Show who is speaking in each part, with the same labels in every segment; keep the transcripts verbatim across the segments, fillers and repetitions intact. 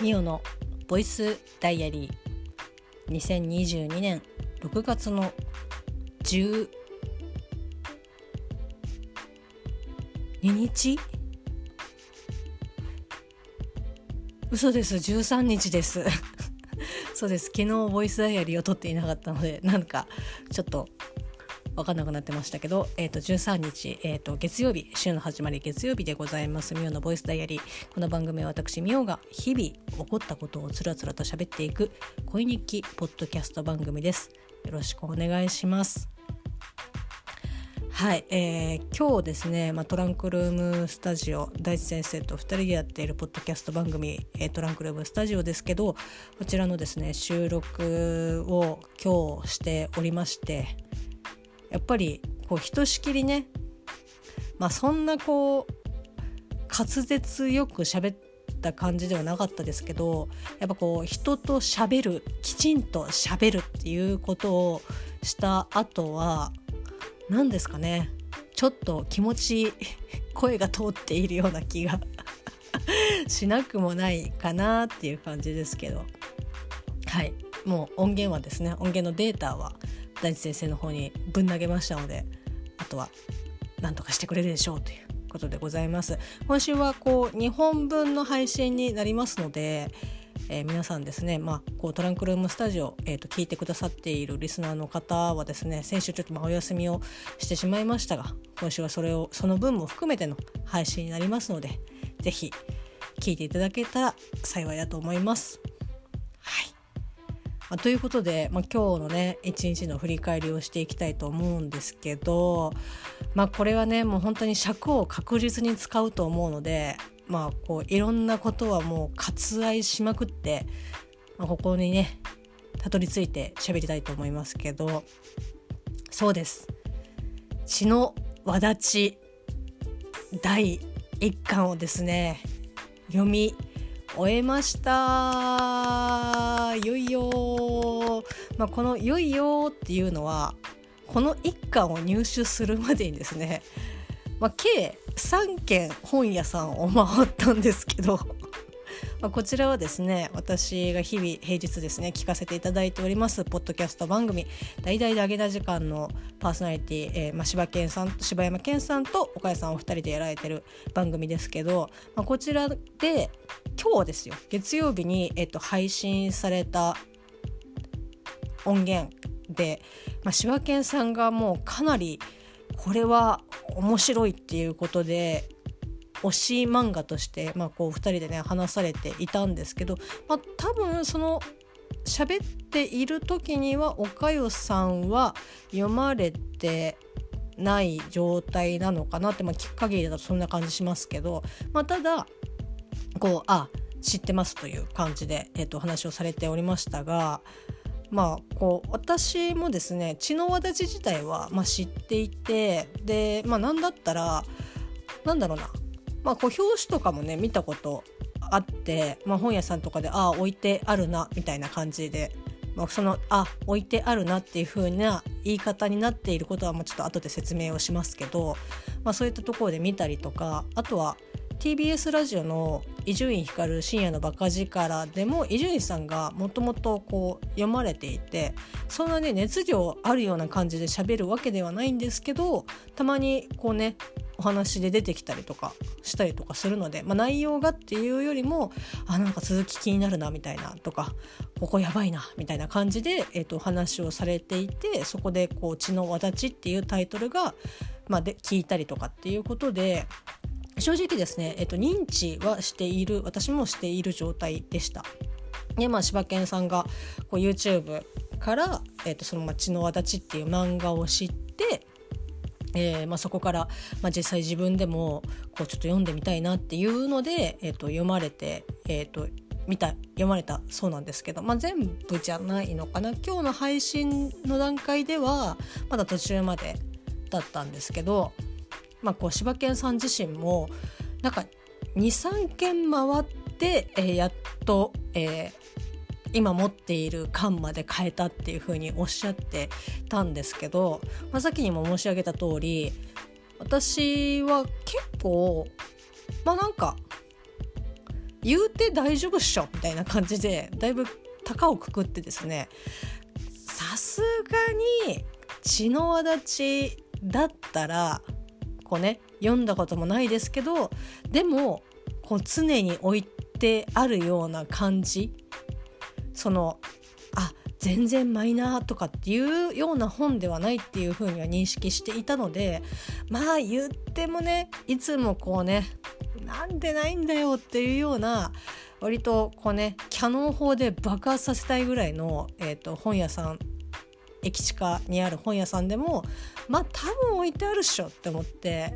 Speaker 1: ミオのボイスダイアリーにせんにじゅうにねんろくがつのじゅうににち、嘘です、じゅうさんにちですそうです、昨日ボイスダイアリーを撮っていなかったのでなんかちょっと分かんなくなってましたけど、えー、とじゅうさんにち、えー、と月曜日、週の始まり月曜日でございます。ミオのボイスダイアリー。この番組は私ミオが日々起こったことをつらつらと喋っていく恋日記ポッドキャスト番組です。よろしくお願いします。はい、えー、今日ですね、まあ、トランクルームスタジオ、大地先生とふたりでやっているポッドキャスト番組、えー、トランクルームスタジオですけど、こちらのですね収録を今日しておりまして、やっぱりこうひとしきりね、まあそんなこう滑舌よく喋った感じではなかったですけど、やっぱこう人と喋る、きちんと喋るっていうことをした後は何ですかね、ちょっと気持ち声が通っているような気がしなくもないかなっていう感じですけど、はい、もう音源はですね、音源のデータは大地先生の方にぶん投げましたので、あとは何とかしてくれるでしょうということでございます。今週はこうにほんぶんの配信になりますので、えー、皆さんですね、まあ、こうトランクルームスタジオ、えーと、聞いてくださっているリスナーの方はですね、先週ちょっとまあお休みをしてしまいましたが、今週はそれをその分も含めての配信になりますので、ぜひ聞いていただけたら幸いだと思います。はい、まあ、ということで、まあ、今日のね一日の振り返りをしていきたいと思うんですけど、まあこれはねもう本当に尺を確実に使うと思うので、まあこういろんなことはもう割愛しまくって、まあ、ここにねたどり着いて喋りたいと思いますけど、そうです、血の轍だいいっかんをですね読み終えました。いよいよ、まあ、このいよいよっていうのはこのいっかんを入手するまでにですね、まあ、計さんけん本屋さんを回ったんですけどまあこちらはですね、私が日々平日ですね聞かせていただいておりますポッドキャスト番組大々であげた時間のパーソナリティ、えーまあ、柴犬さん柴山健さんと岡谷さんお二人でやられてる番組ですけど、まあ、こちらで今日ですよ、月曜日に、えっと、配信された音源で、まあ、柴犬さんがもうかなりこれは面白いっていうことで推し漫画として、まあ、こうふたりでね話されていたんですけど、まあ、多分その喋っている時には岡代さんは読まれてない状態なのかなって、まあ、聞く限りだとそんな感じしますけど、まあ、ただこうあ知ってますという感じで、えーと、お話をされておりましたが、まあ、こう私もですね血の轍自体は、まあ、知っていて、で、まあ、なんだったらなんだろうな、まあ、こう表紙とかもね見たことあって、まあ、本屋さんとかであ置いてあるなみたいな感じで、まあ、そのあ置いてあるなっていう風な言い方になっていることはもうちょっと後で説明をしますけど、まあ、そういったところで見たりとか、あとは ティービーエス ラジオの伊集院光深夜のバカ力でも伊集院さんがもともとこう読まれていて、そんなね熱量あるような感じで喋るわけではないんですけど、たまにこうねお話で出てきたりとかしたりとかするので、まあ、内容がっていうよりもあなんか続き気になるなみたいなとか、ここやばいなみたいな感じで、えーと、お話をされていて、そこでこう血の轍っていうタイトルが、まあ、で聞いたりとかっていうことで、正直ですね、えーと、認知はしている、私もしている状態でした。で、まあ、柴犬さんがこう YouTube から、えーと、その血の轍っていう漫画を知って、えーまあ、そこから、まあ、実際自分でもこうちょっと読んでみたいなっていうので、えー、と読まれて、えー、と見た読まれたそうなんですけど、まあ、全部じゃないのかな、今日の配信の段階ではまだ途中までだったんですけど、まあ、こう柴犬さん自身もなんか にさんけん回って、えー、やっと、えー今持っている巻まで変えたっていう風におっしゃってたんですけど、まあ、さっきにも申し上げた通り、私は結構まあなんか言うて大丈夫っしょみたいな感じでだいぶ高をくくってですね、さすがに血の輪立ちだったらこうね読んだこともないですけど、でもこう常に置いてあるような感じ、そのあ全然マイナーとかっていうような本ではないっていう風には認識していたので、まあ言ってもねいつもこうねなんでないんだよっていうような割とこうねキャノン砲で爆発させたいぐらいの、えーと、本屋さん、駅地下にある本屋さんでもまあ多分置いてあるっしょって思って、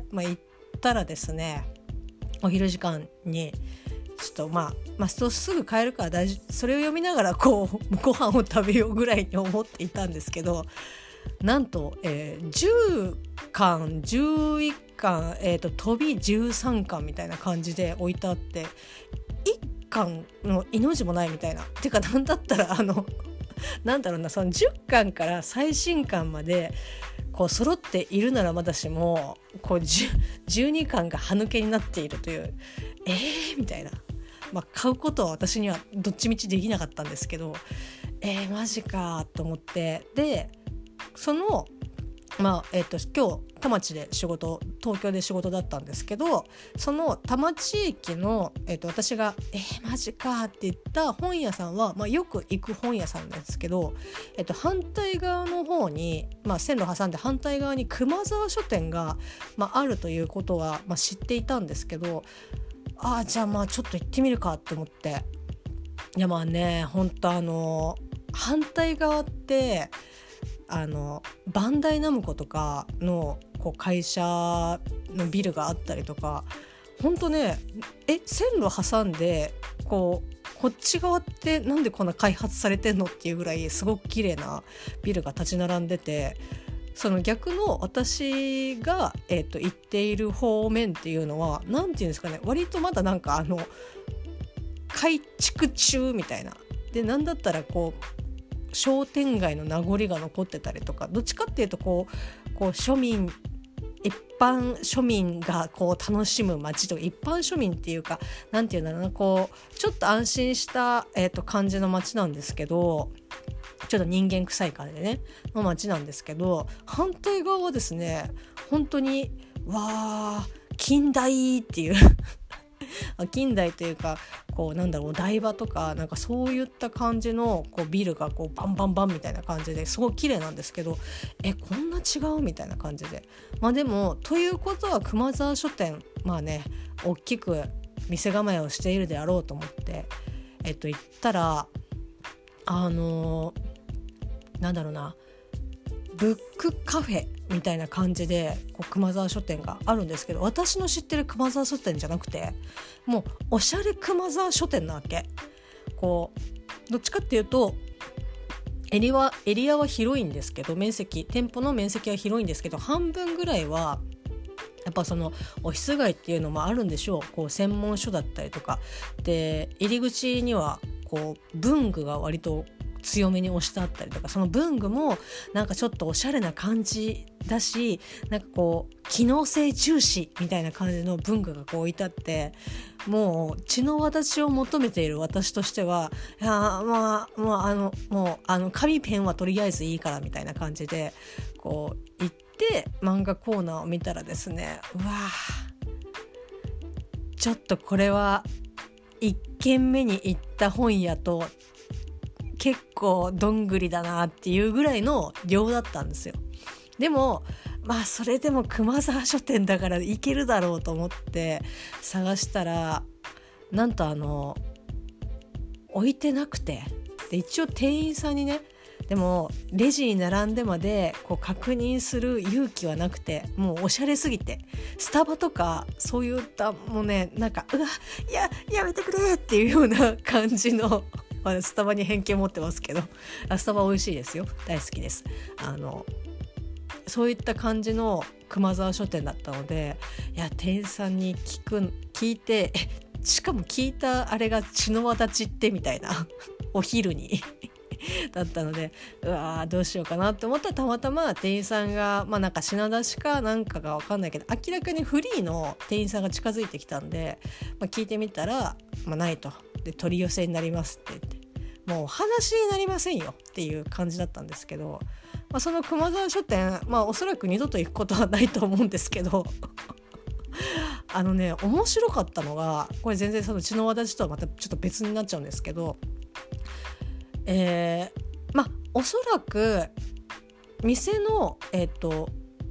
Speaker 1: まあ、行ったらですね、お昼時間にちょっとまあ、まあ、すぐ帰るから大丈夫、それを読みながらこうご飯を食べようぐらいに思っていたんですけど、なんと、えー、じゅっかんじゅういっかん、えーと、飛びじゅうさんかんみたいな感じで置いてあって、いっかんの命もないみたいな、てかなんだったらあのなんだろうな、そのじゅっかんから最新刊までこう揃っているならまだしもこうじゅうにかんが歯抜けになっているというえーみたいな、まあ、買うことは私にはどっちみちできなかったんですけど、えー、マジかと思って、でそのまあえー、と今日田町で仕事、東京で仕事だったんですけど、その田町駅の、えー、と私がえー、マジかって言った本屋さんは、まあ、よく行く本屋さんなんですけど、えー、と反対側の方に、まあ、線路挟んで反対側に熊沢書店が、まあ、あるということは、まあ、知っていたんですけど、ああじゃあまあちょっと行ってみるかと思って、いやまあね本当あの反対側ってあのバンダイナムコとかのこう会社のビルがあったりとか、本当ねえ線路挟んでこうこっち側ってなんでこんな開発されてんのっていうぐらいすごく綺麗なビルが立ち並んでて、その逆の私が、えーと、行っている方面っていうのはなんていうんですかね、割とまだなんかあの改築中みたいなで、なんだったらこう商店街の名残が残ってたりとか、どっちかっていうとこう、こう庶民一般庶民がこう楽しむ街とか、一般庶民っていうかなんていうんだろうな、こうちょっと安心した、えーと、感じの街なんですけど、ちょっと人間臭い感じでねの街なんですけど、反対側はですね本当にわー近代っていう近代というかこうなんだろう台場とかなんかそういった感じのこうビルがこうバンバンバンみたいな感じですごい綺麗なんですけど、えこんな違うみたいな感じで、まあでもということは熊沢書店まあね大きく店構えをしているであろうと思ってえっと行ったらあのー、なんだろうなブックカフェみたいな感じでこう熊沢書店があるんですけど、私の知ってる熊沢書店じゃなくてもうおしゃれ熊沢書店なわけ。こうどっちかっていうとエリア、エリアは広いんですけど、面積店舗の面積は広いんですけど、半分ぐらいはやっぱそのオフィス街っていうのもあるんでしょう。こう専門書だったりとかで、入り口にはこう文具が割と強めに押してあったりとか、その文具もなんかちょっとおしゃれな感じだし、なんかこう機能性重視みたいな感じの文具がこう置いてあって、もう血の輪立ちを求めている私としては、いやまあもうあのもうあの紙ペンはとりあえずいいからみたいな感じでこう行って漫画コーナーを見たらですね、うわちょっとこれはいっけんめに行った本屋と結構どんぐりだなっていうぐらいの量だったんですよ。でもまあそれでも熊沢書店だから行けるだろうと思って探したら、なんとあの置いてなくて、で一応店員さんにね、でもレジに並んでまでこう確認する勇気はなくて、もうおしゃれすぎてスタバとかそういったもうね、なんかうわいややめてくれっていうような感じのまあ、スタバに偏見持ってますけど、スタバ美味しいですよ、大好きです。あのそういった感じの熊沢書店だったので、いや店員さんに聞く聞いて、しかも聞いたあれが血の輪立ちってみたいなお昼にだったので、うわーどうしようかなって思ったら、たまたま店員さんがまあなんか品出しかなんかが分かんないけど、明らかにフリーの店員さんが近づいてきたんで、まあ、聞いてみたら、まあ、ないと。で取り寄せになりますって言って、もう話になりませんよっていう感じだったんですけど、まあ、その熊沢書店、まあおそらく二度と行くことはないと思うんですけどあのね面白かったのが、これ全然そのうちの私とはまたちょっと別になっちゃうんですけど、えー、まあおそらく店のえっと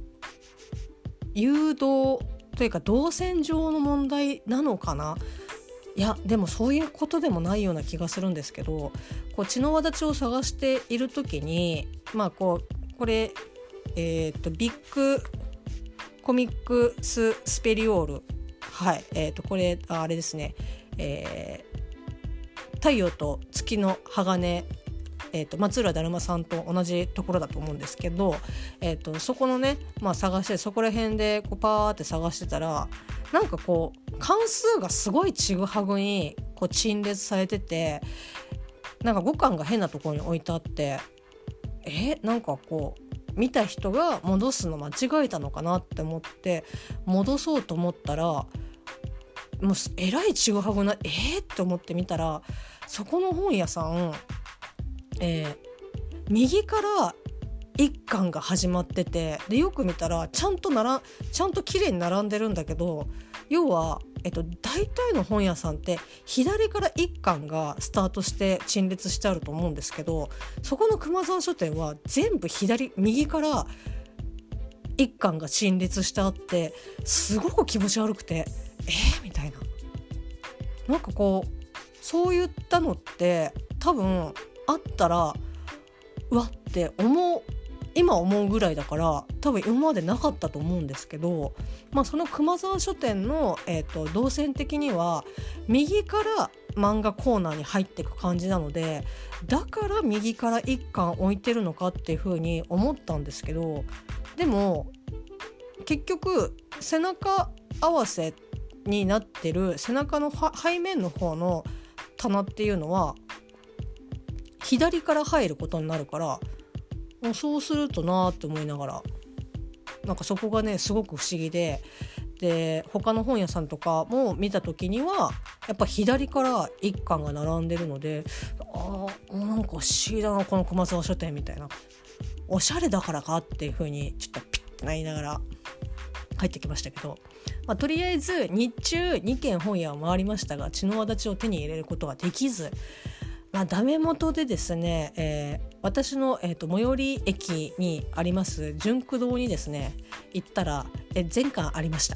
Speaker 1: 誘導というか動線上の問題なのかな。いやでもそういうことでもないような気がするんですけど、こう血の轍を探している時に、まあこうこれえっとビッグコミックススペリオール、はいえっとこれあれですね、えー、太陽と月の鋼、えー、と松浦だるまさんと同じところだと思うんですけど、えー、とそこのね、まあ、探してそこら辺でこうパーって探してたら、なんかこう関数がすごいちぐはぐにこう陳列されてて、なんかごかんが変なところに置いてあって、えなんかこう見た人が戻すの間違えたのかなって思って戻そうと思ったら、もうえらいちぐはぐな、えー、って思ってみたら、そこの本屋さん、えー、右から一巻が始まってて、でよく見たらちゃんとならちゃんと綺麗に並んでるんだけど、要は、えっと、大体の本屋さんって左から一巻がスタートして陳列してあると思うんですけど、そこの熊沢書店は全部左右から一巻が陳列してあって、すごく気持ち悪くて、えー、みたいな、なんかこうそういったのって多分あったらうわって思う、今思うぐらいだから多分今までなかったと思うんですけど、まあ、その熊沢書店の、えーと、動線的には右から漫画コーナーに入っていく感じなので、だから右から一巻置いてるのかっていう風に思ったんですけど、でも結局背中合わせになってる背中の背面の方の棚っていうのは左から入ることになるから、もうそうするとなーって思いながら、なんかそこがねすごく不思議で、で他の本屋さんとかも見た時にはやっぱ左から一巻が並んでるので、あーなんか不思議だなこの熊沢書店みたいな、おしゃれだからかっていう風にちょっとピッてなりながら入ってきましたけど、まあ、とりあえず日中にけん本屋を回りましたが、血の轍を手に入れることができず、まあ、ダメ元でですね、えー、私の、えーと、最寄り駅にあります純駆堂にですね行ったら、え全巻ありました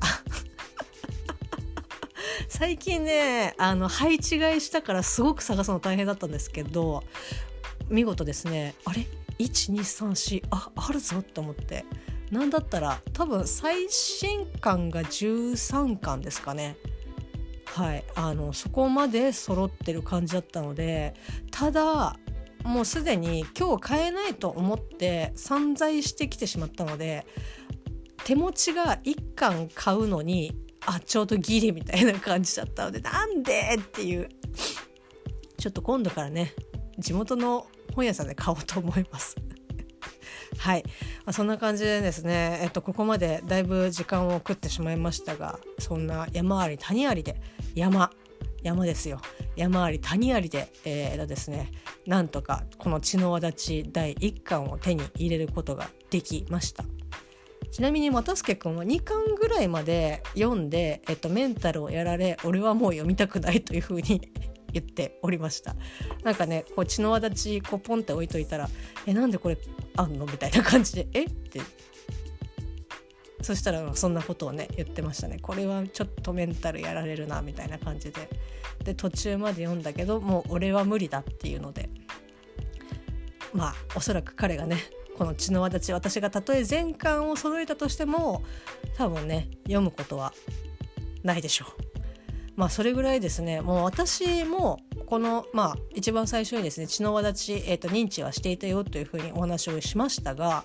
Speaker 1: 最近ねあの配置買いしたからすごく探すの大変だったんですけど、見事ですね、あれ いちにさんし あ, あるぞって思って、なんだったら多分最新巻がじゅうさんかんですかね。はい、あのそこまで揃ってる感じだったので、ただもうすでに今日買えないと思って散財してきてしまったので、手持ちがいっかん買うのにあちょうどギリみたいな感じだったので、なんでっていう、ちょっと今度からね地元の本屋さんで買おうと思いますはい、まあ、そんな感じでですね、えっと、ここまでだいぶ時間を食ってしまいましたが、そんな山あり谷ありで山山ですよ山あり谷ありで、えーですね、なんとかこの血の轍だいいっかんを手に入れることができました。ちなみに又助くんはにかんぐらいまで読んで、えっと、メンタルをやられ、俺はもう読みたくないという風に言っておりました。なんかねこう血の轍こうポンって置いといたら、えなんでこれあんのみたいな感じで、えって、そしたらそんなことをね言ってましたね。これはちょっとメンタルやられるなみたいな感じで、で途中まで読んだけどもう俺は無理だっていうので、まあおそらく彼がねこの血の轍、私がたとえ全巻を揃えたとしても多分ね読むことはないでしょう。まあそれぐらいですね、もう私もこのまあ一番最初にですね血の轍、えーと認知はしていたよというふうにお話をしましたが、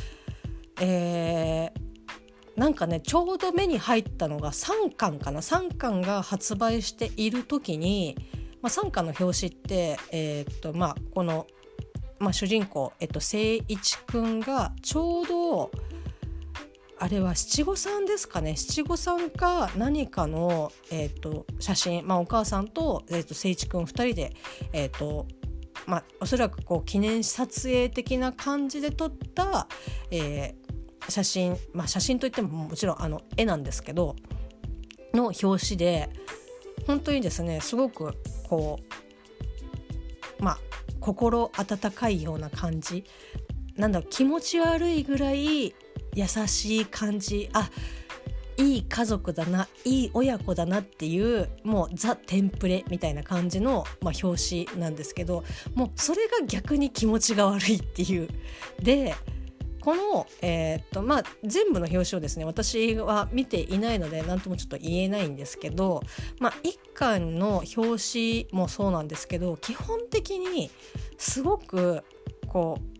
Speaker 1: えーなんかねちょうど目に入ったのがさんかんかな、さんかんが発売している時に、まあ、さんかんの表紙って、えーっとまあ、このまあ、主人公、えっと、誠一くんがちょうどあれは七五三ですかね、七五三か何かの、えっと、写真、まあ、お母さんと、えっと、誠一くんふたりで、えっとまあ、おそらくこう記念撮影的な感じで撮った、えー、写真、まあ、写真といってももちろんあの絵なんですけどの表紙で、本当にですねすごくこうまあ心温かいような感じ、なんだろう、気持ち悪いぐらい優しい感じ、あ、いい家族だな、いい親子だなっていう、もうザ・テンプレみたいな感じの、まあ、表紙なんですけど、もうそれが逆に気持ちが悪いっていう。でこの、えーっとまあ、全部の表紙をですね私は見ていないので何ともちょっと言えないんですけど、まあ、一巻の表紙もそうなんですけど、基本的にすごくこう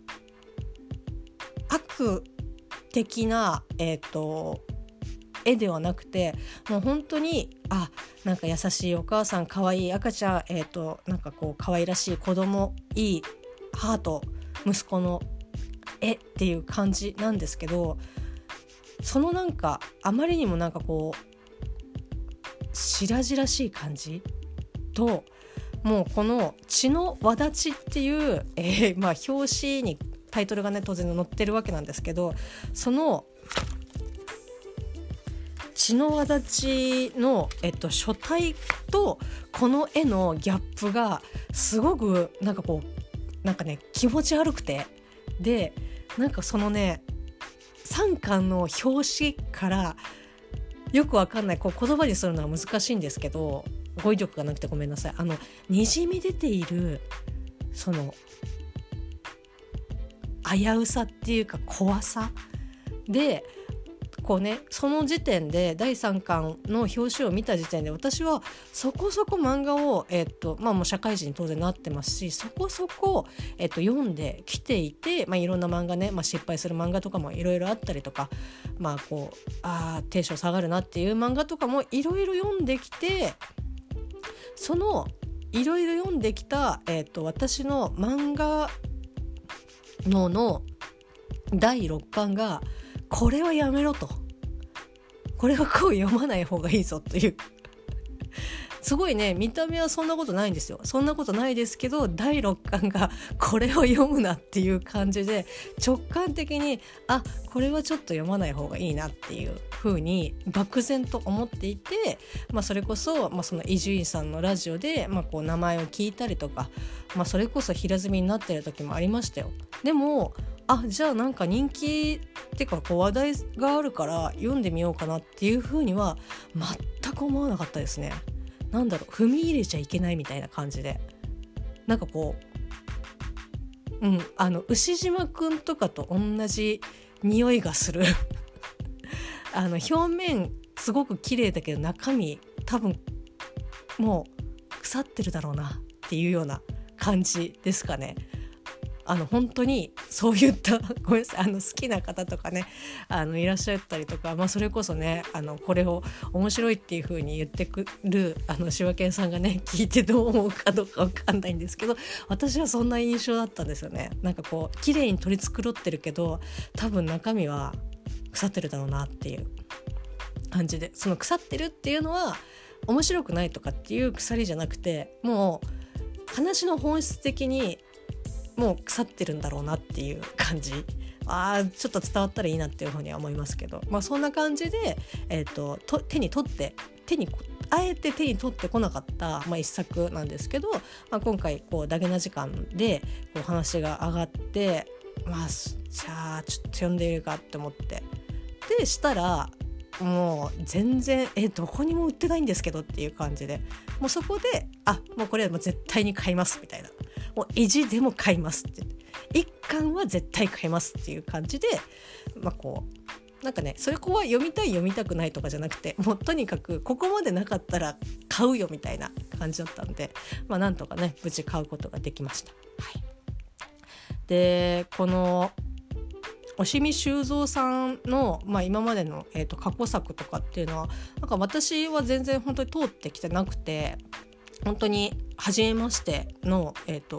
Speaker 1: 悪的な、えーっと絵ではなくて、もう本当にあなんか優しいお母さん、可愛い赤ちゃん、えーっとなんかこう可愛らしい子供、いい母と息子のえっていう感じなんですけど、そのなんかあまりにもなんかこう白々しい感じと、もうこの血の輪立ちっていう、えー、まあ表紙にタイトルがね当然載ってるわけなんですけど、その血の輪立ちの、えっと、書体とこの絵のギャップがすごくなんかこうなんかね気持ち悪くて、でなんかそのねさんかんの表紙からよくわかんない、こう言葉にするのは難しいんですけど、語彙力がなくてごめんなさい。あのにじみ出ているその危うさっていうか怖さで、こうねその時点でだいさんかんの表紙を見た時点で私はそこそこ漫画を、えーっとまあ、もう社会人に当然なってますし、そこそこ、えーっと読んできていて、まあ、いろんな漫画ね、まあ、失敗する漫画とかもいろいろあったりとか、まあこうあテンション下がるなっていう漫画とかもいろいろ読んできて、そのいろいろ読んできた、えーっと私の漫画ののだいろっかんがこれはやめろと、これはこう読まない方がいいぞというすごいね見た目はそんなことないんですよ、そんなことないですけどだいろっかんがこれを読むなっていう感じで直感的にあこれはちょっと読まない方がいいなっていう風に漠然と思っていて、まあ、それこそ、まあ、その伊集院さんのラジオで、まあ、こう名前を聞いたりとか、まあ、それこそ平積みになってる時もありましたよ。でもあじゃあなんか人気っていうかこう話題があるから読んでみようかなっていう風には全く思わなかったですね。なんだろう、踏み入れちゃいけないみたいな感じで、なんかこううんあの牛島くんとかと同じ匂いがするあの表面すごく綺麗だけど中身多分もう腐ってるだろうなっていうような感じですかね。あの本当にそういったごめんなさい、あの好きな方とかねあのいらっしゃったりとか、まあ、それこそねあのこれを面白いっていう風に言ってくるあの柴犬さんがね聞いてどう思うかどうか分かんないんですけど、私はそんな印象だったんですよね。なんかこう綺麗に取り繕ってるけど多分中身は腐ってるだろうなっていう感じで、その腐ってるっていうのは面白くないとかっていう腐りじゃなくて、もう話の本質的にもう腐ってるんだろうなっていう感じ。あちょっと伝わったらいいなっていうふうには思いますけど、まあ、そんな感じで、えー、とと手に取って手にあえて手に取ってこなかった、まあ、一作なんですけど、まあ、今回こうダゲな時間でこう話が上がって、まあじゃあちょっと読んでみるかって思ってでしたらもう全然えどこにも売ってないんですけどっていう感じで、もうそこであもうこれはもう絶対に買いますみたいな、もう意地でも買いますって一巻は絶対買いますっていう感じで、まあこうなんかねそれこは読みたい読みたくないとかじゃなくて、もうとにかくここまでなかったら買うよみたいな感じだったんで、まあなんとかね無事買うことができました。はい、でこの押見修造さんの、まあ、今までの、えーと、過去作とかっていうのはなんか私は全然本当に通ってきてなくて、本当に初めましての、えーと、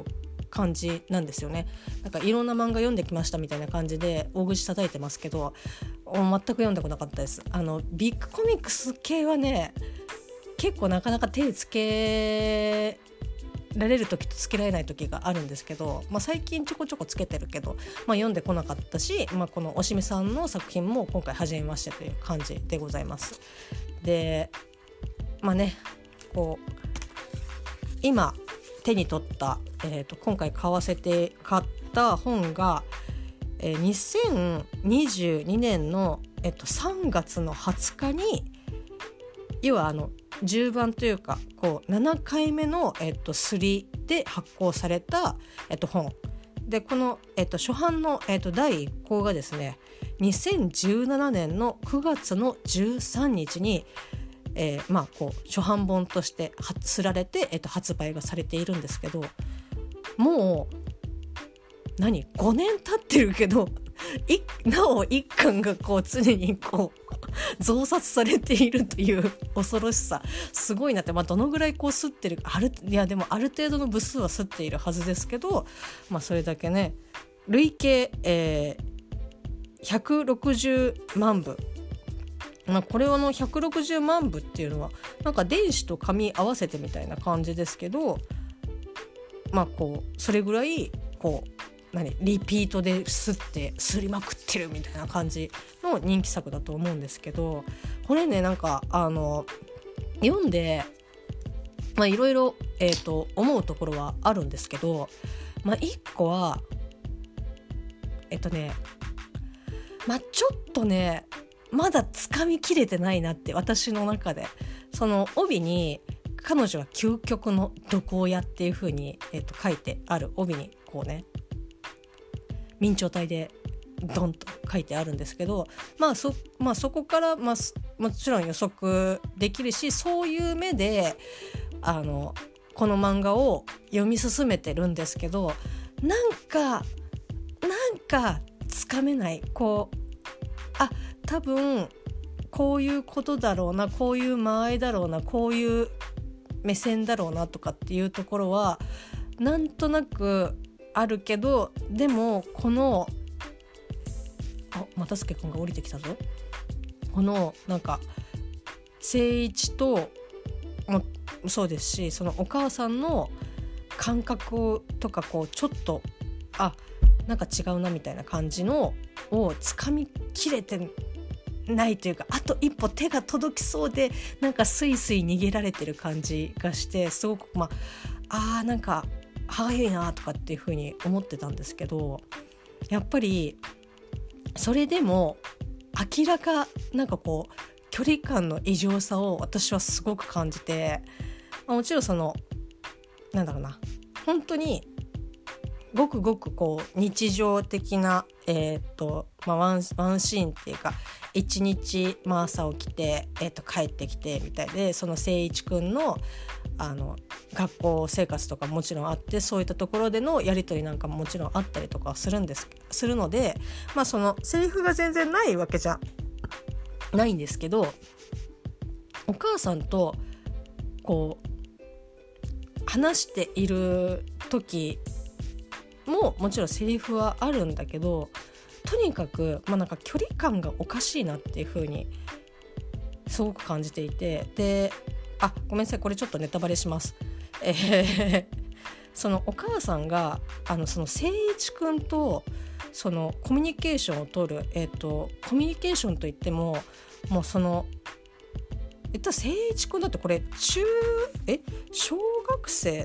Speaker 1: 感じなんですよね。なんかいろんな漫画読んできましたみたいな感じで大口叩いてますけど、全く読んでこなかったです。あのビッグコミックス系はね、結構なかなか手つけられる時とつけられない時があるんですけど、まあ、最近ちょこちょこつけてるけど、まあ、読んでこなかったし、まあ、このおしみさんの作品も今回初めましてという感じでございます。でまあね、こう今手に取った、えーと、今回買わせて買った本が、えー、にせんにじゅうにねんの、えーと、さんがつのはつかに、要はあのじゅうばんというかこうななかいめの、えっと、刷りで発行された、えっと、本で、この、えっと、初版の、えっと、だいいっこうがですねにせんじゅうななねんのくがつのじゅうさんにちに、えーまあ、こう初版本として刷られて、えっと、発売がされているんですけど、もう何ごねん経ってるけどいなお一巻がこう常にこう増刷されているという恐ろしさ、すごいなって。まあ、どのぐらいこう刷ってるあるいやでもある程度の部数は刷っているはずですけど、まあ、それだけね累計、えー、ひゃくろくじゅうまんぶ、まあ、これはのひゃくろくじゅうまんぶっていうのはなんか電子と紙合わせてみたいな感じですけど、まあこうそれぐらいこう何リピートで刷って刷りまくってるみたいな感じの人気作だと思うんですけど、これねなんかあの読んでまあいろいろえーと思うところはあるんですけど、まあ一個はえっとねまあちょっとねまだつかみきれてないなって、私の中で。その帯に彼女は究極の毒親っていう風に、えっと、書いてある帯にこうね明朝体でドンと書いてあるんですけど、まあ そ, まあそこから、まあ、もちろん予測できるし、そういう目であのこの漫画を読み進めてるんですけど、なんかなんかつかめない。こうあ多分こういうことだろうな、こういう間合いだろうな、こういう目線だろうなとかっていうところはなんとなくあるけど、でもこのあ又助君が降りてきたぞ。このなんか誠一ともそうですし、そのお母さんの感覚とかこうちょっとあなんか違うなみたいな感じのをつかみきれてないというか、あと一歩手が届きそうでなんかスイスイ逃げられてる感じがして、すごくまああーなんか早いなとかっていう風に思ってたんですけど、やっぱりそれでも明らかなんかこう距離感の異常さを私はすごく感じて、もちろんそのなんだろうな本当にごくごくこう日常的な、えーとまあ、ワン、ワンシーンっていうか一日、まあ、朝起きて、えーと帰ってきてみたいで、その誠一くんの、あの学校生活とかもちろんあって、そういったところでのやり取りなんかももちろんあったりとかするんですするので、まあそのセリフが全然ないわけじゃないんですけど、お母さんとこう話している時ももちろんセリフはあるんだけど、とにかく、まあ、なんか距離感がおかしいなっていう風にすごく感じていて、であごめんなさいこれちょっとネタバレします、えー、そのお母さんがあのその誠一くんとそのコミュニケーションを取る、えーと、コミュニケーションといってももうその言ったら誠一くんだってこれ中え小学生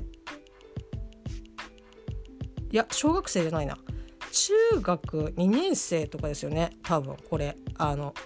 Speaker 1: いや小学生じゃないな中学にねん生とかですよね多分。これあの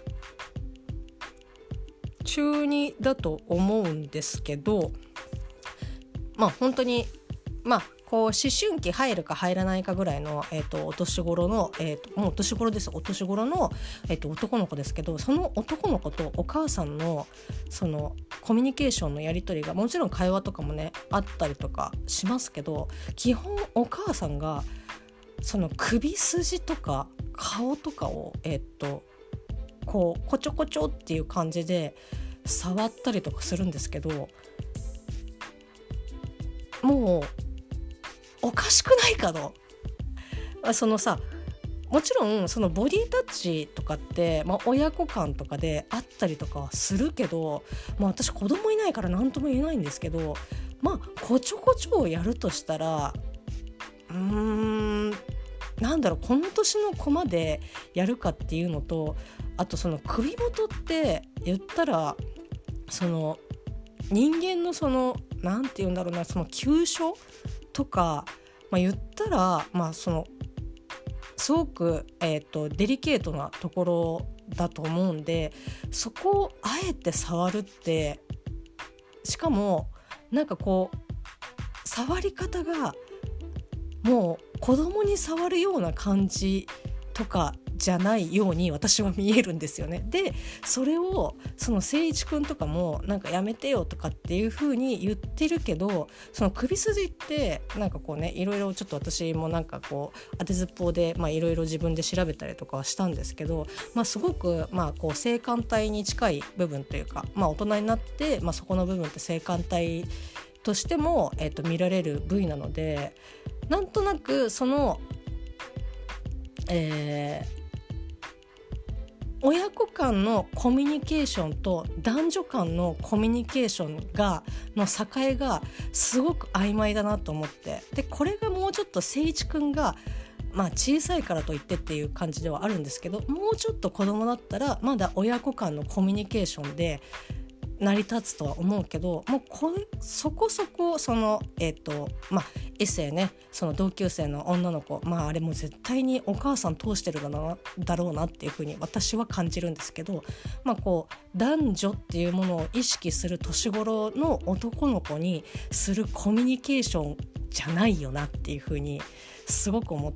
Speaker 1: 中にだと思うんですけど、まあ本当にまあこう思春期入るか入らないかぐらいの、えー、とお年頃の、えー、ともうお年頃ですお年頃の、えー、と男の子ですけど、その男の子とお母さんのそのコミュニケーションのやり取りがもちろん会話とかもねあったりとかしますけど、基本お母さんがその首筋とか顔とかをえっとこうこちょこちょっていう感じで触ったりとかするんですけど、もうおかしくないかと。そのさ、もちろんそのボディタッチとかって、まあ、親子間とかであったりとかはするけど、まあ、私子供いないから何とも言えないんですけど、まあこちょこちょをやるとしたら、うーんなんだろう、この年の子までやるかっていうのと、あとその首元って言ったら、その人間のそのなんて言うんだろうな、その急所とか、まあ、言ったら、まあそのすごく、えーと、デリケートなところだと思うんで、そこをあえて触るって、しかもなんかこう触り方がもう子供に触るような感じとかじゃないように私は見えるんですよね。でそれをその誠一くんとかもなんかやめてよとかっていう風に言ってるけど、その首筋ってなんかこうね、いろいろちょっと私もなんかこう当てずっぽうでまあいろいろ自分で調べたりとかはしたんですけど、まあすごくまあこう性感帯に近い部分というか、まあ大人になってまあそこの部分って性感帯としても、えーと、見られる部位なので、なんとなくその、えー、親子間のコミュニケーションと男女間のコミュニケーションがの境がすごく曖昧だなと思って、でこれがもうちょっと誠一くんがまあ小さいからといってっていう感じではあるんですけど、もうちょっと子供だったらまだ親子間のコミュニケーションで成り立つとは思うけど、もうこれそこそこそのえっとまあ異性ね、その同級生の女の子、まああれも絶対にお母さん通してるだなだろうなっていうふうに私は感じるんですけど、まあこう男女っていうものを意識する年頃の男の子にするコミュニケーションじゃないよなっていうふうにすごく思って、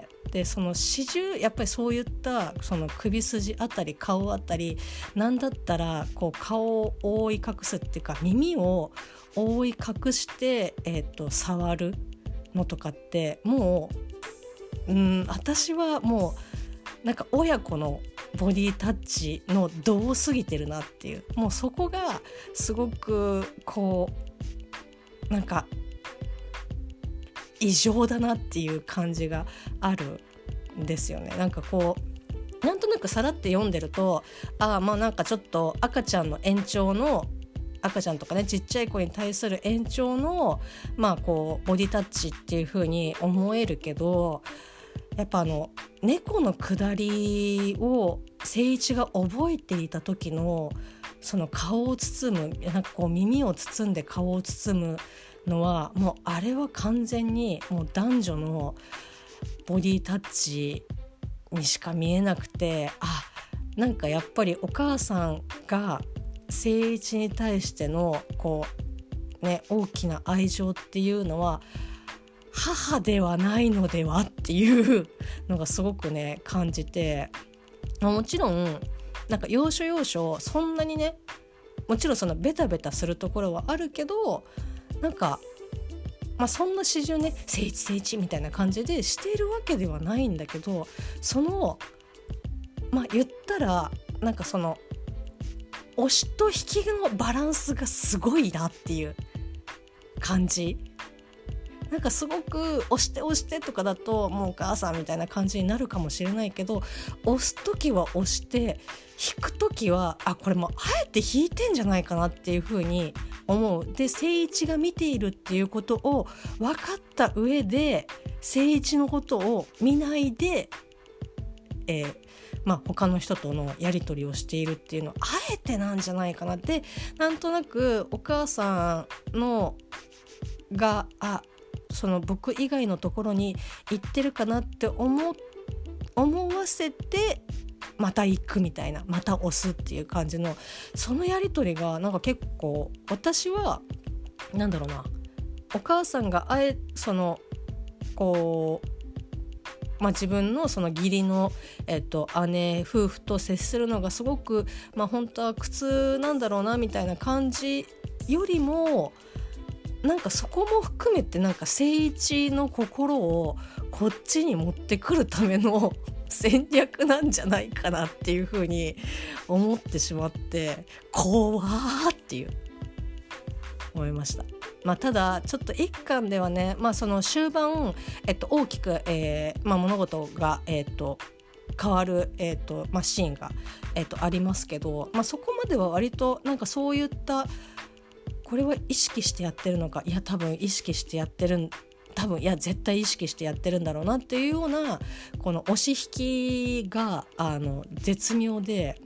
Speaker 1: でその始終やっぱりそういったその首筋あたり顔あたり、なんだったらこう顔を覆い隠すっていうか耳を覆い隠して、えーと、触るのとかってもう、うん、私はもうなんか親子のボディタッチの度を過ぎてるなっていう、もうそこがすごくこうなんか異常だなっていう感じがあるんですよね。なんかこうなんとなくさらって読んでると、ああまあなんかちょっと赤ちゃんの延長の赤ちゃんとかね、ちっちゃい子に対する延長のまあこうボディタッチっていう風に思えるけど、やっぱあの猫の下りを誠一が覚えていた時のその顔を包む、なんかこう耳を包んで顔を包むのはもうあれは完全にもう男女のボディタッチにしか見えなくて、あなんかやっぱりお母さんが誠一に対してのこうね大きな愛情っていうのは母ではないのではっていうのがすごくね感じて、もちろんなんか要所要所そんなにね、もちろんそのベタベタするところはあるけど、なんかまあそんな始終ね誠一誠一みたいな感じでしているわけではないんだけど、そのまあ言ったらなんかその押しと引きのバランスがすごいなっていう感じ。なんかすごく押して押してとかだともうお母さんみたいな感じになるかもしれないけど、押す時は押して引く時はあこれもうあえて引いてんじゃないかなっていう風に思う。で誠一が見ているっていうことを分かった上で誠一のことを見ないで、えーまあ、他の人とのやり取りをしているっていうのはあえてなんじゃないかなって、なんとなくお母さんのがあその僕以外のところに行ってるかなって思思わせてまた行くみたいな、また押すっていう感じのそのやり取りがなんか結構私はなんだろうな、お母さんがあえそのこうまあ、自分のその義理の、えっと、姉夫婦と接するのがすごく、まあ、本当は苦痛なんだろうなみたいな感じよりも、なんかそこも含めてなんか誠一の心をこっちに持ってくるための戦略なんじゃないかなっていう風に思ってしまって、怖ーっていう思いました。 まあ、ただちょっと一巻ではね、まあ、その終盤、えっと、大きく、えーまあ、物事が、えっと、変わる、えっとまあ、シーンが、えっと、ありますけど、まあ、そこまでは割となんかそういったこれは意識してやってるのか、いや多分意識してやってるん多分いや絶対意識してやってるんだろうなっていうようなこの押し引きがあの絶妙で、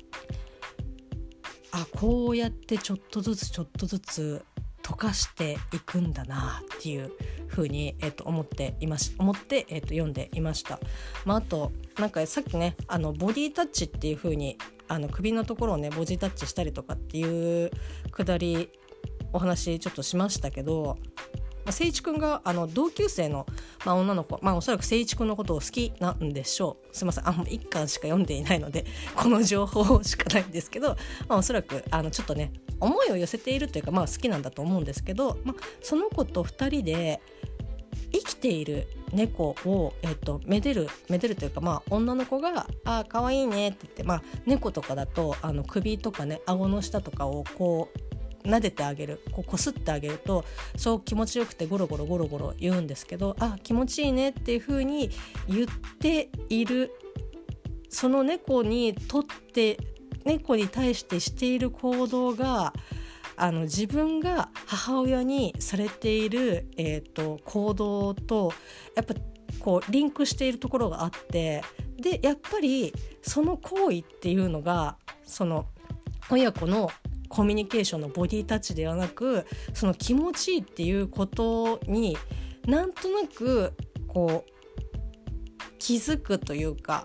Speaker 1: あこうやってちょっとずつちょっとずつ溶かしていくんだなっていう風に、えっと、思っていまし思って、えっと、読んでいました。まあ、あとなんかさっきねあのボディタッチっていう風にあの首のところをねボディタッチしたりとかっていうくだりお話ちょっとしましたけど、誠一くんがあの同級生の、まあ、女の子、まあ、おそらく誠一くんのことを好きなんでしょう。すいません、あんま一巻しか読んでいないのでこの情報しかないんですけど、まあ、おそらくあのちょっとね思いを寄せているというか、まあ、好きなんだと思うんですけど、まあ、その子とふたりで生きている猫を、えっと、めでるめでるというか、まあ、女の子があ可愛いねって言って、まあ、猫とかだとあの首とかね顎の下とかをこう撫でてあげる、こうこすってあげるとそう気持ちよくてゴロゴロゴロゴロ言うんですけど、あ気持ちいいねっていう風に言っているその猫にとって猫に対してしている行動があの自分が母親にされている、えーと、行動とやっぱこうリンクしているところがあって、でやっぱりその行為っていうのがその親子のコミュニケーションのボディタッチではなく、その気持ちいいっていうことになんとなくこう気づくというか、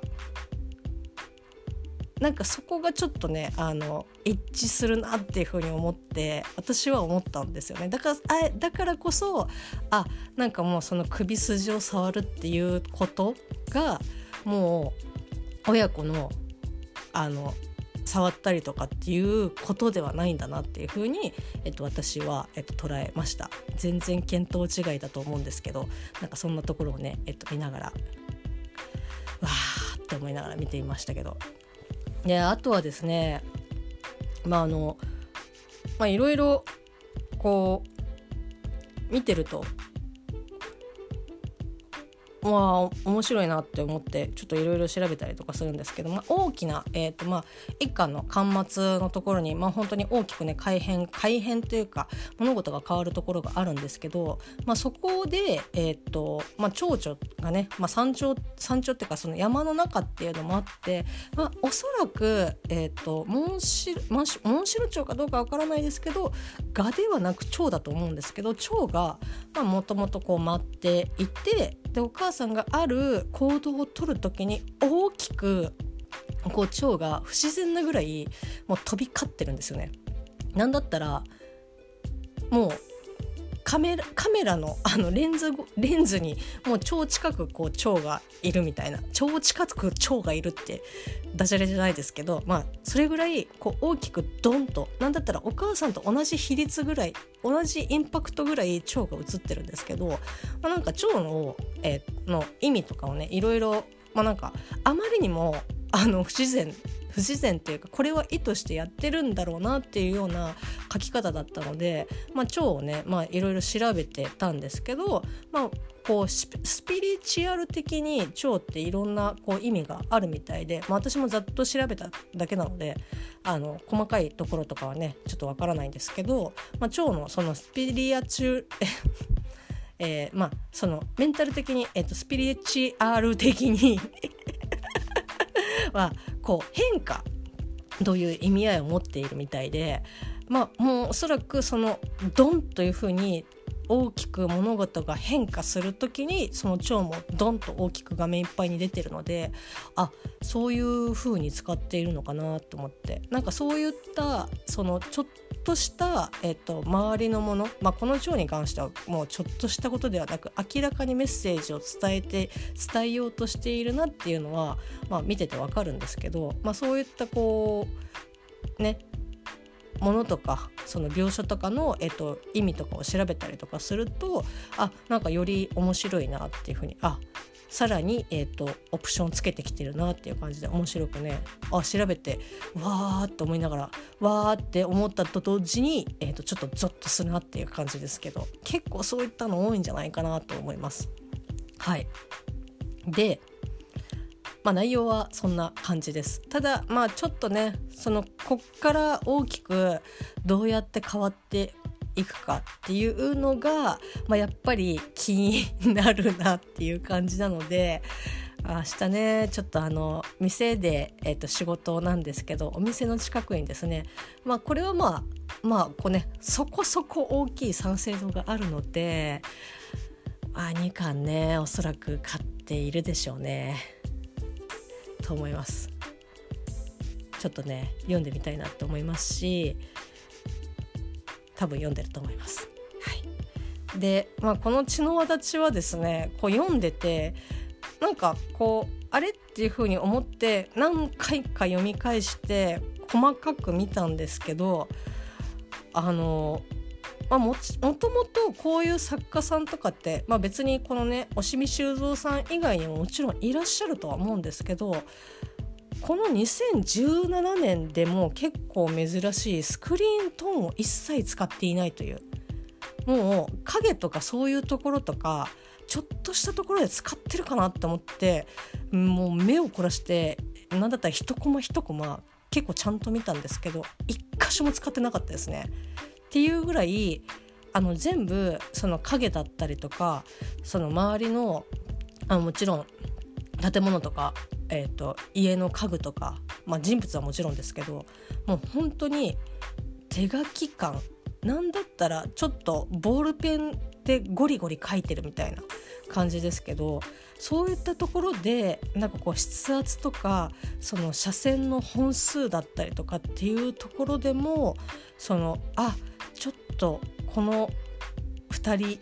Speaker 1: なんかそこがちょっとねあの一致するなっていうふうに思って私は思ったんですよね。だからあだからこそあなんかもうその首筋を触るっていうことがもう親子のあの触ったりとかっていうことではないんだなっていうふうに、えっと、私は、えっと、捉えました。全然見当違いだと思うんですけど、なんかそんなところをね、えっと、見ながらわーって思いながら見ていましたけど、であとはですねまああのまあいろいろこう見てるとまあ面白いなって思ってちょっといろいろ調べたりとかするんですけど、まあ、大きな、えーとまあ、一巻の巻末のところに、まあ、本当に大きくね改変改変というか物事が変わるところがあるんですけど、まあ、そこで、えーとまあ、蝶々がね、まあ、山頂山頂っていうかその山の中っていうのもあって、まあ、おそらく、えーとモンシロモンシモンシロチョウかどうかわからないですけど蛾ではなく蝶だと思うんですけど、蝶がもともとこう舞っていて、でお母さんがある行動を取るときに大きくこう蝶が不自然なぐらいもう飛び交ってるんですよね。なんだったらもうカメラ、カメラのあのレンズレンズにもう超近くこう蝶がいるみたいな、超近く蝶がいるってダジャレじゃないですけど、まあそれぐらいこう大きくドンと、なんだったらお母さんと同じ比率ぐらい同じインパクトぐらい蝶が映ってるんですけど、まあ、なんか蝶の、えー、の意味とかをねいろいろ、まあ、なんかあまりにもあの不自然不自然っていうかこれは意図してやってるんだろうなっていうような書き方だったので、まあ、蝶をねまあいろいろ調べてたんですけど、まあこうスピリチュアル的に蝶っていろんなこう意味があるみたいで、まあ、私もざっと調べただけなのであの細かいところとかはねちょっとわからないんですけど、まあ、蝶のそのスピリチュえー、まあそのメンタル的に、えー、とスピリチュアル的にはこう変化という意味合いを持っているみたいで、まあもうおそらくそのドンというふうに大きく物事が変化するときにその蝶もドンと大きく画面いっぱいに出てるので、あそういう風に使っているのかなと思って、なんかそういったそのちょっとした、えっと、周りのもの、まあ、この蝶に関してはもうちょっとしたことではなく明らかにメッセージを伝えて伝えようとしているなっていうのは、まあ、見ててわかるんですけど、まあ、そういったこうねものとかその描写とかの、えっと、意味とかを調べたりとかすると、あなんかより面白いなっていうふうに、あさらに、えーと、オプションつけてきてるなっていう感じで面白くね、あ調べてわーって思いながらわーって思ったと同時に、えーと、ちょっとゾッとするなっていう感じですけど、結構そういったの多いんじゃないかなと思います。はい。で、まあ、内容はそんな感じです。ただまあちょっとね、そのこっから大きくどうやって変わっていくかっていうのが、まあ、やっぱり気になるなっていう感じなので、明日ねちょっとあの店で、えーと、仕事なんですけど、お店の近くにですね、まあこれはまあまあこうねそこそこ大きい三省堂があるので、あにかんねおそらく買っているでしょうねと思います。ちょっとね読んでみたいなと思いますし、多分読んでると思います。はい。で、まあ、この血の轍はですね、こう読んでてなんかこうあれっていう風に思って何回か読み返して細かく見たんですけど、あの、まあ、も, ちもともとこういう作家さんとかって、まあ、別にこのね押見修造さん以外にももちろんいらっしゃるとは思うんですけど、このにせんじゅうななねんでも結構珍しいスクリーントーンを一切使っていないという、もう影とかそういうところとかちょっとしたところで使ってるかなって思って、もう目を凝らしてなんだったら一コマ一コマ結構ちゃんと見たんですけど、一箇所も使ってなかったですねっていうぐらい、あの全部その影だったりとか、その周りのあもちろん建物とか、えーと、家の家具とか、まあ、人物はもちろんですけど、もう本当に手書き感、なんだったらちょっとボールペンでゴリゴリ書いてるみたいな感じですけど、そういったところでなんかこう筆圧とかその斜線の本数だったりとかっていうところでも、そのあちょっとこのふたり、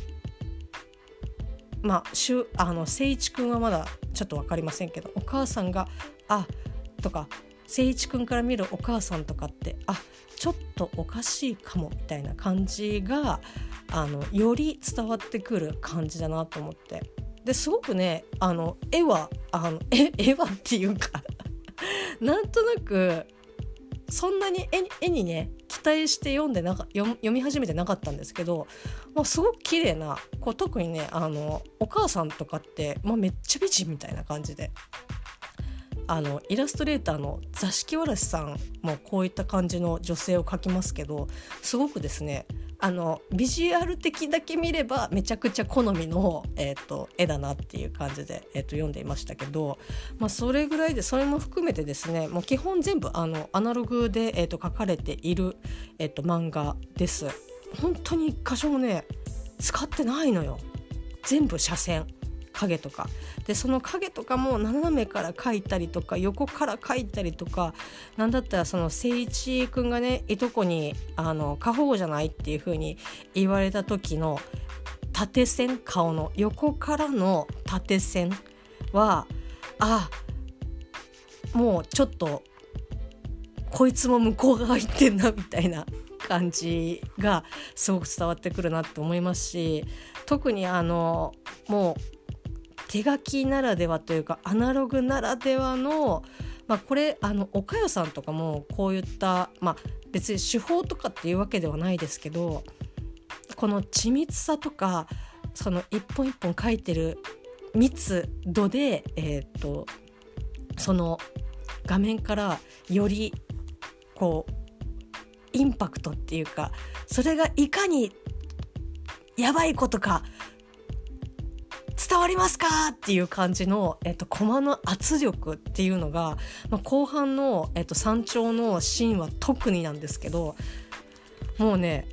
Speaker 1: まあ、しゅあの誠一くんはまだちょっと分かりませんけど、お母さんがあとか誠一くんから見るお母さんとかってあちょっとおかしいかもみたいな感じがあのより伝わってくる感じだなと思って、ですごくねあの絵はあの絵絵はっていうかなんとなくそんなに 絵, 絵にね期待して読んでなか 読, 読み始めてなかったんですけど、まあ、すごく綺麗なこう特にねあのお母さんとかって、まあ、めっちゃ美人みたいな感じで、あのイラストレーターの座敷わらしさんもこういった感じの女性を描きますけど、すごくですねあのビジュアル的だけ見ればめちゃくちゃ好みの、えー、と絵だなっていう感じで、えー、と読んでいましたけど、まあ、それぐらいでそれも含めてですね、もう基本全部あのアナログで、えー、と描かれている、えー、と漫画です。本当に一箇所もね使ってないのよ。全部斜線影とかで、その影とかも斜めから描いたりとか横から描いたりとか、なんだったらその誠一くんがねいとこにあの過保護じゃないっていう風に言われた時の縦線、顔の横からの縦線はあもうちょっとこいつも向こう側行ってんなみたいな感じがすごく伝わってくるなって思いますし、特にあのもう手書きならではというかアナログならではの、まあ、これあのおかよさんとかもこういった、まあ、別に手法とかっていうわけではないですけど、この緻密さとかその一本一本書いてる密度で、えーと、その画面からよりこうインパクトっていうか、それがいかにやばいことか伝わりますかっていう感じの、えっと、コマの圧力っていうのが、まあ、後半の、えっと、山頂のシーンは特になんですけど、もうね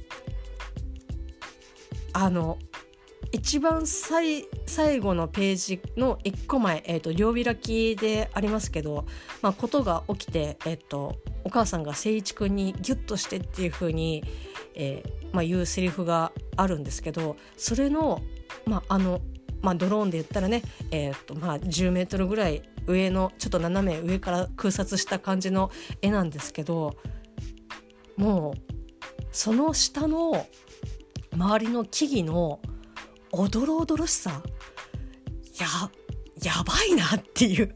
Speaker 1: あの一番最後のページのいっこまえ、えっと、両開きでありますけど、まあ、ことが起きて、えっと、お母さんが誠一くんにギュッとしてっていう風に、えーまあ、言うセリフがあるんですけど、それの、まあ、あのまあ、ドローンで言ったらね、えーとまあ、じゅうメートルぐらい上のちょっと斜め上から空撮した感じの絵なんですけど、もうその下の周りの木々のおどろおどろしさ、いややばいなっていう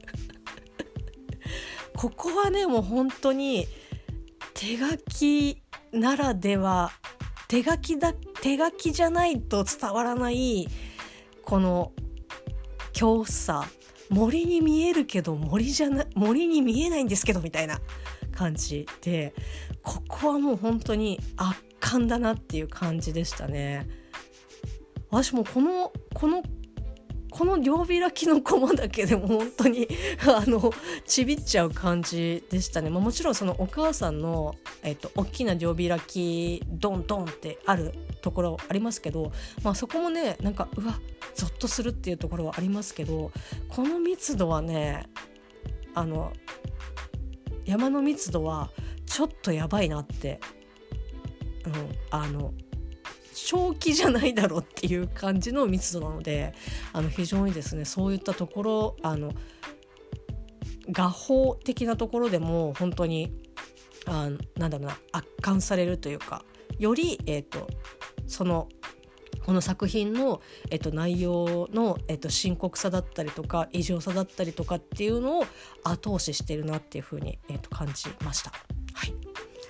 Speaker 1: ここはねもう本当に手書きならでは、手書きだ手書きじゃないと伝わらないこの恐怖さ、森に見えるけど森じゃな森に見えないんですけどみたいな感じで、ここはもう本当に圧巻だなっていう感じでしたね。私もこのこのこの両開きのコマだけでも本当にあのちびっちゃう感じでしたね。まあ、もちろんそのお母さんの、えっと、大きな両開きドンドンってあるところありますけど、まあ、そこもねなんかうわゾッとするっていうところはありますけど、この密度はねあの山の密度はちょっとやばいなって、うん、あの正気じゃないだろうっていう感じの密度なので、あの非常にですねそういったところ、あの画法的なところでも本当にあなんだろうな圧巻されるというか、より、えーと、そのこの作品の、えーと、内容の、えーと、深刻さだったりとか異常さだったりとかっていうのを後押ししてるなっていうふうに、えーと、感じました。はい。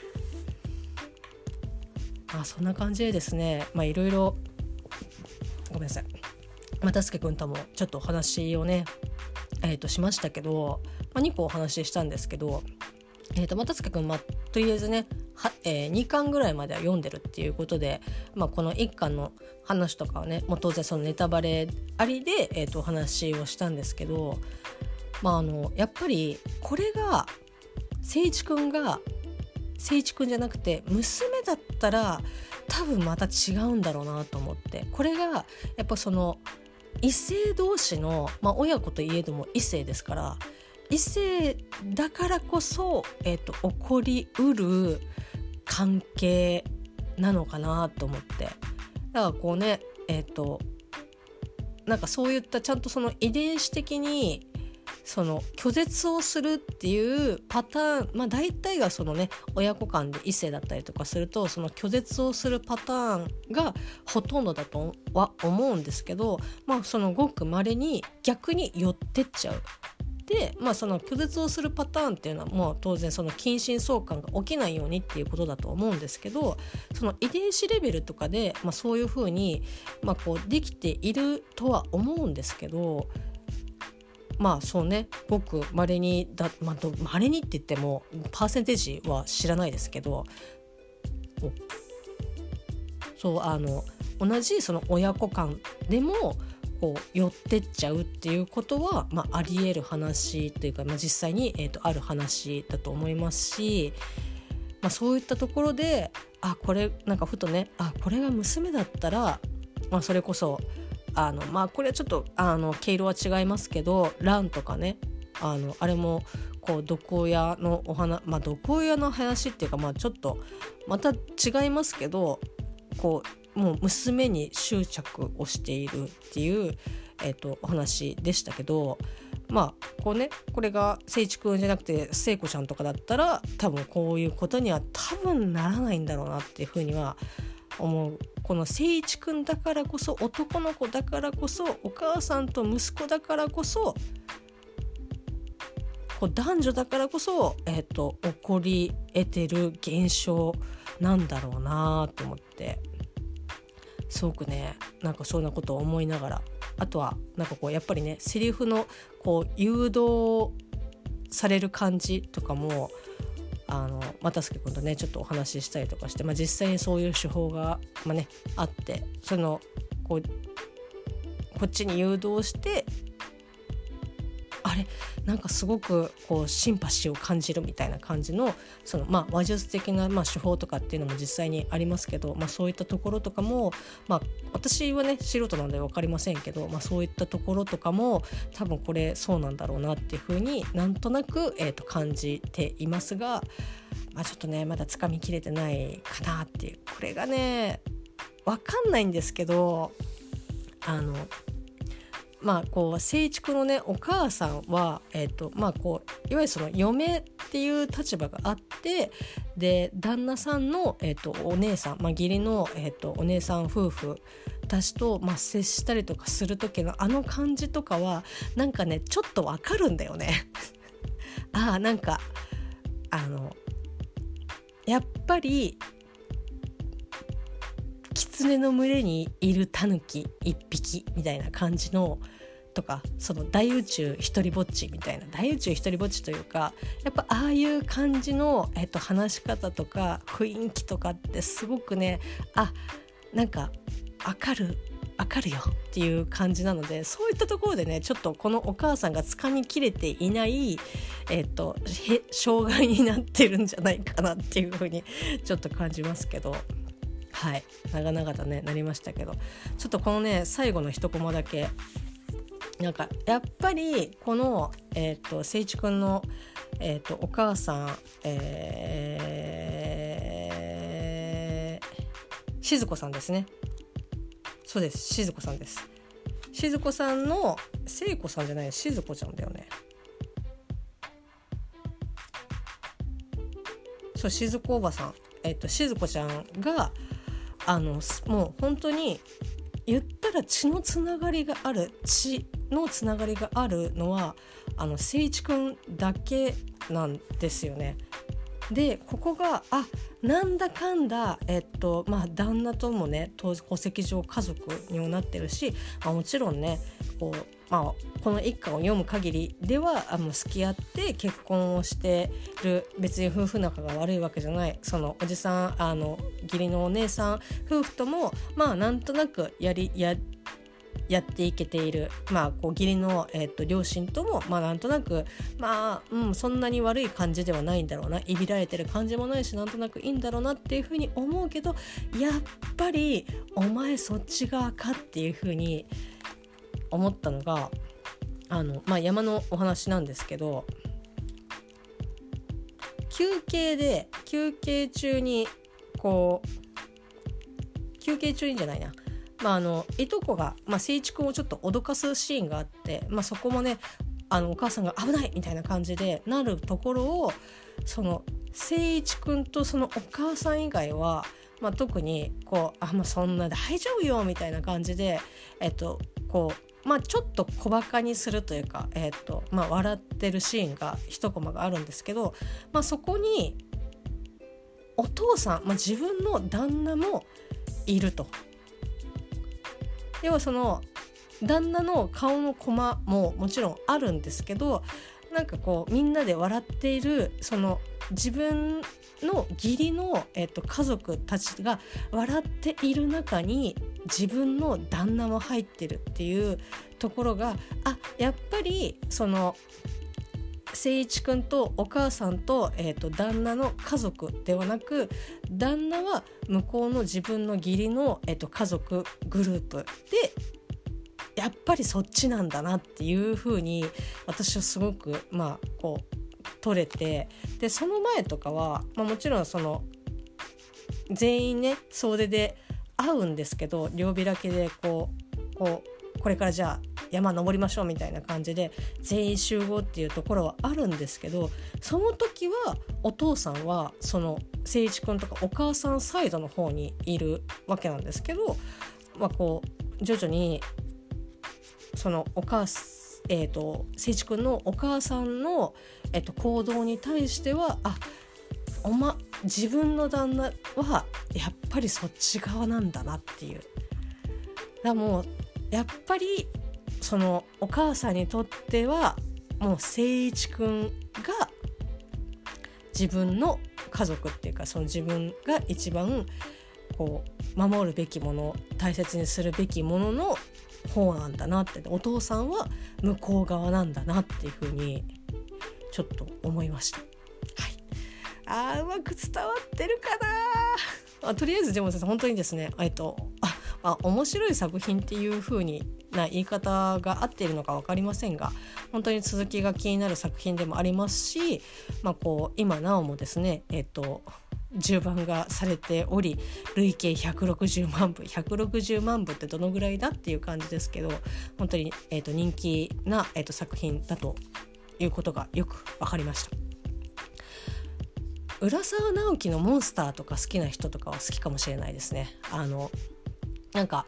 Speaker 1: まあ、そんな感じでですね、まあいろいろごめんなさい、またすけくんともちょっとお話をね、えー、としましたけど、まあ、にこお話ししたんですけど、えー、とまたすけくん、まあ、とりあえずねは、えー、にかんぐらいまでは読んでるっていうことで、まあ、このいっかんの話とかはねもう当然そのネタバレありで、えー、とお話をしたんですけど、まあ、あのやっぱりこれが聖一くんが聖一くんじゃなくて娘だったら多分また違うんだろうなと思って、これがやっぱその異性同士の、まあ、親子といえども異性ですから、異性だからこそ、えーと、起こりうる関係なのかなと思って、だからこうねえっとなんかそういったちゃんとその遺伝子的にその拒絶をするっていうパターン、まあ大体がそのね親子間で異性だったりとかするとその拒絶をするパターンがほとんどだとは思うんですけど、まあそのごく稀に逆に寄ってっちゃう。で、まあその拒絶をするパターンっていうのはもう当然その近親相関が起きないようにっていうことだと思うんですけど、その遺伝子レベルとかで、まあ、そういうふうに、まあ、こうできているとは思うんですけど、まあそうねごく稀にだ、まあ、稀にって言ってもパーセンテージは知らないですけど、そうあの同じその親子間でもこう寄ってっちゃうっていうことは、まあ、あり得る話というか、まあ、実際に、えーと、ある話だと思いますし、まあ、そういったところであこれなんかふとねあこれが娘だったら、まあ、それこそあのまあこれはちょっとあの毛色は違いますけどランとかねあのあれもこう毒親のお話、まあ毒親の話っていうかまあちょっとまた違いますけどこうもう娘に執着をしているっていう、えーと、お話でしたけど、まあこうねこれが聖一くんじゃなくて聖子ちゃんとかだったら多分こういうことには多分ならないんだろうなっていうふうには思う。この聖一くんだからこそ男の子だからこそお母さんと息子だからこそこう男女だからこそ、えーと、起こり得てる現象なんだろうなと思ってすごくねなんかそんなことを思いながら、あとはなんかこうやっぱりねセリフのこう誘導される感じとかもあの又助君とねちょっとお話ししたりとかして、まあ、実際にそういう手法が、まあね、あってそのこうこっちに誘導してあれなんかすごくこうシンパシーを感じるみたいな感じのその、まあ、話術的な、まあ、手法とかっていうのも実際にありますけど、まあ、そういったところとかも、まあ、私はね素人なので分かりませんけど、まあ、そういったところとかも多分これそうなんだろうなっていうふうになんとなく、えーと感じていますが、まあ、ちょっとねまだつかみきれてないかなっていう、これがね分かんないんですけどあのまあこう誠一君のねお母さんは、えーとまあ、こういわゆるその嫁っていう立場があって、で旦那さんの、えーとお姉さん、まあ、義理の、えーとお姉さん夫婦たちと、まあ、接したりとかする時のあの感じとかはなんかねちょっとわかるんだよねああなんかあのやっぱり狐の群れにいるタヌキ一匹みたいな感じのとか、その大宇宙一人ぼっちみたいな、大宇宙一人ぼっちというか、やっぱああいう感じの、えっと、話し方とか雰囲気とかってすごくね、あなんかわかるわかるよっていう感じなので、そういったところでねちょっとこのお母さんがつかみきれていない、えっと、障害になってるんじゃないかなっていうふうにちょっと感じますけど、はい長々とねなりましたけど、ちょっとこのね最後の一コマだけなんかやっぱりこの、えー、と誠一くんの、えー、とお母さん、えー、静子さんですね。そうです、静子さんです。静子さんの聖子さんじゃない、静子ちゃんだよね。そう、静子おばさん、えっと静子ちゃんがあのもう本当に言ったら血のつながりがある血のつながりがあるのはあの誠一くんだけなんですよね。でここがあなんだかんだえっとまあ旦那ともね戸籍上家族にもなってるし、まあ、もちろんねこう、まあ、この一家を読む限りではあの付き合って結婚をしてる、別に夫婦仲が悪いわけじゃない、そのおじさんあの義理のお姉さん夫婦ともまあなんとなくやりややっていけている、まあこう義理の、えー、と両親ともまあなんとなくまあ、うん、そんなに悪い感じではないんだろうな、いびられてる感じもないしなんとなくいいんだろうなっていうふうに思うけど、やっぱりお前そっち側かっていうふうに思ったのがあの、まあ、山のお話なんですけど、休憩で休憩中にこう休憩中にじゃないなまあ、あのいとこが、まあ、誠一君をちょっと脅かすシーンがあって、まあ、そこもねあのお母さんが危ないみたいな感じでなるところを、その誠一君とそのお母さん以外は、まあ、特にこうあ、まあ、そんな大丈夫よみたいな感じで、えっとこうまあ、ちょっと小バカにするというか、えっとまあ、笑ってるシーンが一コマがあるんですけど、まあ、そこにお父さん、まあ、自分の旦那もいると。要はその旦那の顔のコマももちろんあるんですけど、なんかこうみんなで笑っているその自分の義理の、えっと、家族たちが笑っている中に自分の旦那も入ってるっていうところが、あやっぱりその誠一くんとお母さんと、えーと、旦那の家族ではなく、旦那は向こうの自分の義理の、えーと、家族グループでやっぱりそっちなんだなっていう風に私はすごくまあこう取れて、でその前とかは、まあ、もちろんその全員ね総出で会うんですけど、両開きでこうこうこれからじゃあ山登りましょうみたいな感じで全員集合っていうところはあるんですけど、その時はお父さんはその誠一くんとかお母さんサイドの方にいるわけなんですけど、まあこう徐々にそのお母さんえーと、誠一くんのお母さんの、えーと、行動に対してはあおま自分の旦那はやっぱりそっち側なんだなっていう。だからもうやっぱりそのお母さんにとってはもう誠一くんが自分の家族っていうか、その自分が一番こう守るべきもの、大切にするべきものの方なんだなって、お父さんは向こう側なんだなっていう風にちょっと思いました。はい、あーうまく伝わってるかなあ。とりあえずでも本当にですね、えっとああ面白い作品っていう風にな言い方が合っているのか分かりませんが、本当に続きが気になる作品でもありますし、まあ、こう今なおもですね、えっと重版がされており、累計ひゃくろくじゅうまんぶひゃくろくじゅうまんぶってどのぐらいだっていう感じですけど、本当に、えー、と人気な、えー、と作品だということがよく分かりました。浦沢直樹のモンスターとか好きな人とかは好きかもしれないですね。あのなんか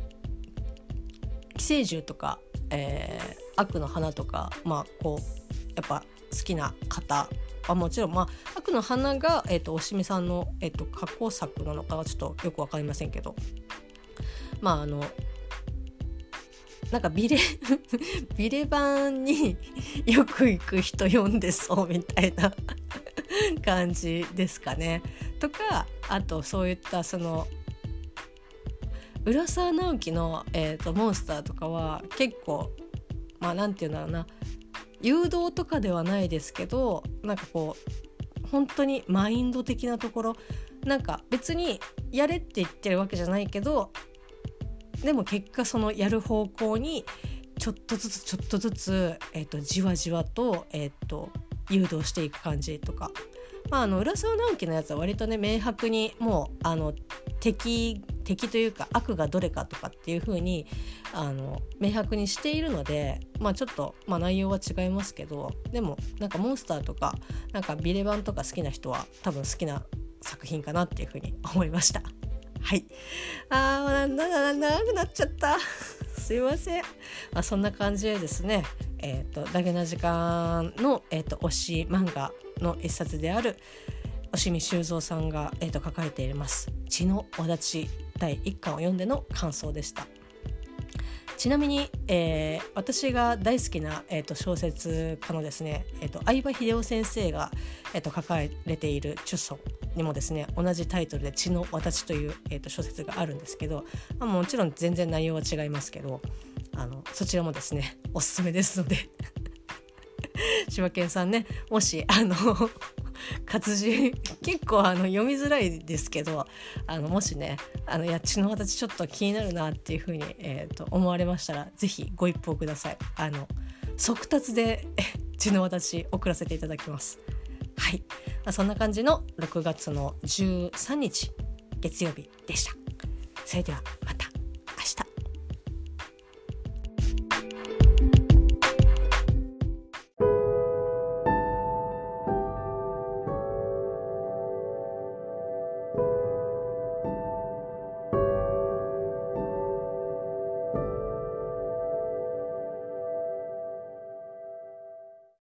Speaker 1: 寄生獣とか、えー、悪の花とか、まあこうやっぱ好きな方はもちろん、まあ悪の花が、えー、とおしみさんの、えー、と過去作なのかはちょっとよく分かりませんけど、まああのなんかビレビレ版によく行く人読んでそうみたいな感じですかね。とか、あとそういったその浦沢直樹の、えーと、モンスターとかは結構まあなんていうんだろうな、誘導とかではないですけど、なんかこう本当にマインド的なところ、なんか別にやれって言ってるわけじゃないけど、でも結果そのやる方向にちょっとずつちょっとずつ、えーと、じわじわと、えーと、誘導していく感じとか、まあ、あの浦沢直樹のやつは割とね明白にもうあの敵敵というか悪がどれかとかっていう風にあの明白にしているので、まあちょっと、まあ、内容は違いますけど、でもなんかモンスターとかなんかビレバンとか好きな人は多分好きな作品かなっていう風に思いました。はい、あーなんだなんだ長くなっちゃったすいません。まあ、そんな感じでですね、えーと、ダゲな時間の、えーと、推し漫画の一冊である押見修造さんが、えーと、書かれています血の轍だいいっかんを読んでの感想でした。ちなみに、えー、私が大好きな、えーと、小説家のですね、えーと、相葉秀夫先生が、えーと、書かれている著書にもですね、同じタイトルで血の轍という、えーと、小説があるんですけど、まあ、もちろん全然内容は違いますけど、あのそちらもですねおすすめですので柴犬さんね、もしあの活字結構あの読みづらいですけど、あのもしねあのいや血の轍ちょっと気になるなっていう風に、えー、と思われましたら、ぜひご一報ください。あの速達で血の轍送らせていただきます。はい、まあ、そんな感じのろくがつのじゅうさんにち月曜日でした。それではまた。